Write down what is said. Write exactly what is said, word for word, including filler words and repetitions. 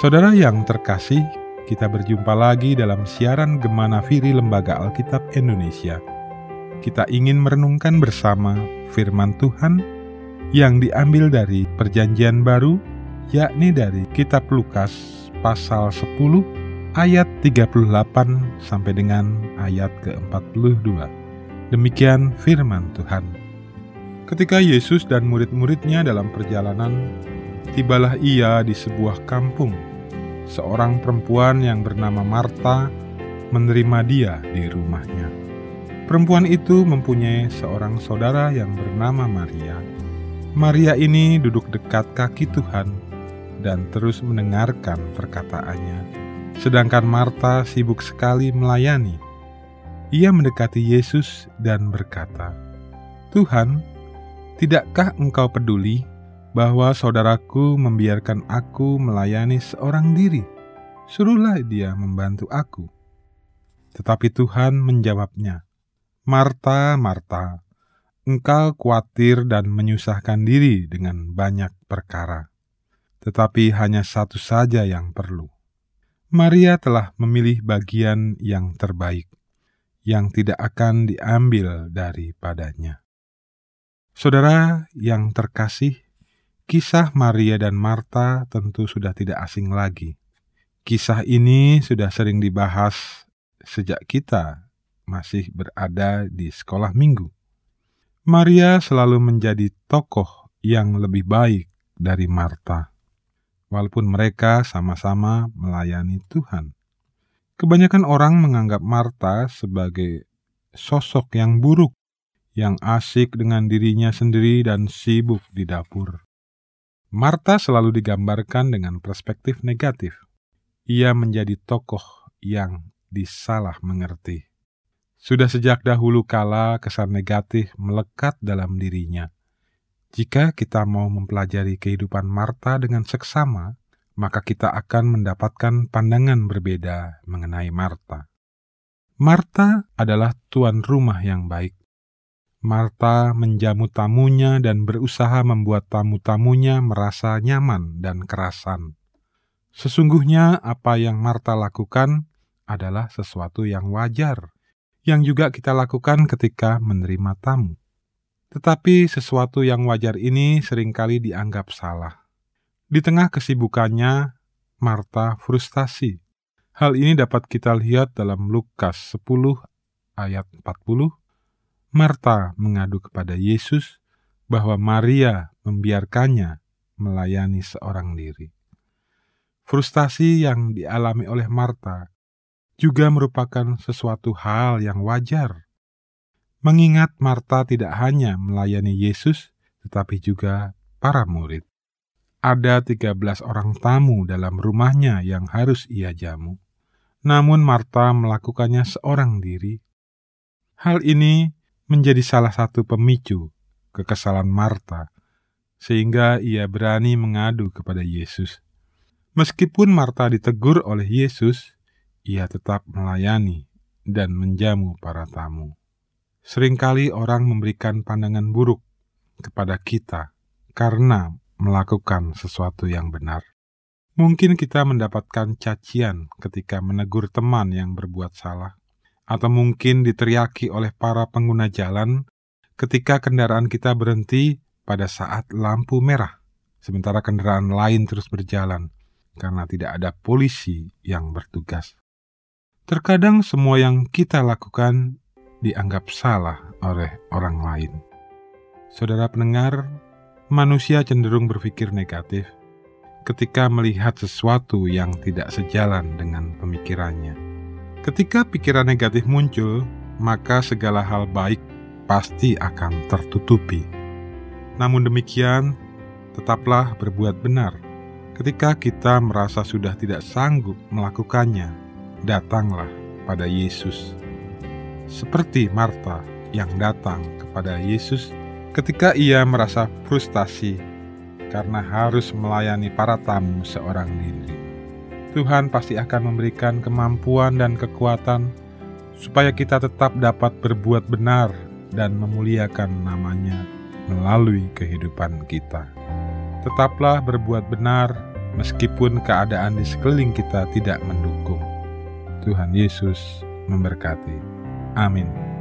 Saudara yang terkasih, kita berjumpa lagi dalam siaran Gemana Firi Lembaga Alkitab Indonesia. Kita ingin merenungkan bersama firman Tuhan yang diambil dari Perjanjian Baru, yakni dari Kitab Lukas pasal sepuluh ayat tiga puluh delapan sampai dengan ayat ke empat puluh dua. Demikian firman Tuhan. Ketika Yesus dan murid-muridnya dalam perjalanan, tibalah ia di sebuah kampung. Seorang perempuan yang bernama Marta menerima dia di rumahnya. Perempuan itu mempunyai seorang saudara yang bernama Maria. Maria ini duduk dekat kaki Tuhan dan terus mendengarkan perkataannya. Sedangkan Marta sibuk sekali melayani. Ia mendekati Yesus dan berkata, "Tuhan, tidakkah engkau peduli bahwa saudaraku membiarkan aku melayani seorang diri? Suruhlah dia membantu aku." Tetapi Tuhan menjawabnya, "Marta, Marta, engkau khawatir dan menyusahkan diri dengan banyak perkara, tetapi hanya satu saja yang perlu. Maria telah memilih bagian yang terbaik, yang tidak akan diambil daripadanya." Saudara yang terkasih, kisah Maria dan Marta tentu sudah tidak asing lagi. Kisah ini sudah sering dibahas sejak kita masih berada di sekolah minggu. Maria selalu menjadi tokoh yang lebih baik dari Marta, walaupun mereka sama-sama melayani Tuhan. Kebanyakan orang menganggap Marta sebagai sosok yang buruk, yang asik dengan dirinya sendiri dan sibuk di dapur. Marta selalu digambarkan dengan perspektif negatif. Ia menjadi tokoh yang disalah mengerti. Sudah sejak dahulu kala kesan negatif melekat dalam dirinya. Jika kita mau mempelajari kehidupan Marta dengan seksama, maka kita akan mendapatkan pandangan berbeda mengenai Marta. Marta adalah tuan rumah yang baik. Marta menjamu tamunya dan berusaha membuat tamu-tamunya merasa nyaman dan kerasan. Sesungguhnya apa yang Marta lakukan adalah sesuatu yang wajar, yang juga kita lakukan ketika menerima tamu. Tetapi sesuatu yang wajar ini seringkali dianggap salah. Di tengah kesibukannya, Marta frustasi. Hal ini dapat kita lihat dalam Lukas sepuluh ayat empat puluh. Marta mengadu kepada Yesus bahwa Maria membiarkannya melayani seorang diri. Frustasi yang dialami oleh Marta juga merupakan sesuatu hal yang wajar. Mengingat Marta tidak hanya melayani Yesus, tetapi juga para murid. Ada tiga belas orang tamu dalam rumahnya yang harus ia jamu. Namun Marta melakukannya seorang diri. Hal ini menjadi salah satu pemicu kekesalan Marta, sehingga ia berani mengadu kepada Yesus. Meskipun Marta ditegur oleh Yesus, ia tetap melayani dan menjamu para tamu. Seringkali orang memberikan pandangan buruk kepada kita karena melakukan sesuatu yang benar. Mungkin kita mendapatkan cacian ketika menegur teman yang berbuat salah, atau mungkin diteriaki oleh para pengguna jalan ketika kendaraan kita berhenti pada saat lampu merah, sementara kendaraan lain terus berjalan karena tidak ada polisi yang bertugas. Terkadang semua yang kita lakukan dianggap salah oleh orang lain. Saudara pendengar, manusia cenderung berpikir negatif ketika melihat sesuatu yang tidak sejalan dengan pemikirannya. Ketika pikiran negatif muncul, maka segala hal baik pasti akan tertutupi. Namun demikian, tetaplah berbuat benar. Ketika kita merasa sudah tidak sanggup melakukannya, datanglah pada Yesus. Seperti Marta yang datang kepada Yesus ketika ia merasa frustasi karena harus melayani para tamu seorang diri. Tuhan pasti akan memberikan kemampuan dan kekuatan supaya kita tetap dapat berbuat benar dan memuliakan nama-Nya melalui kehidupan kita. Tetaplah berbuat benar meskipun keadaan di sekeliling kita tidak mendukung. Tuhan Yesus memberkati. Amin.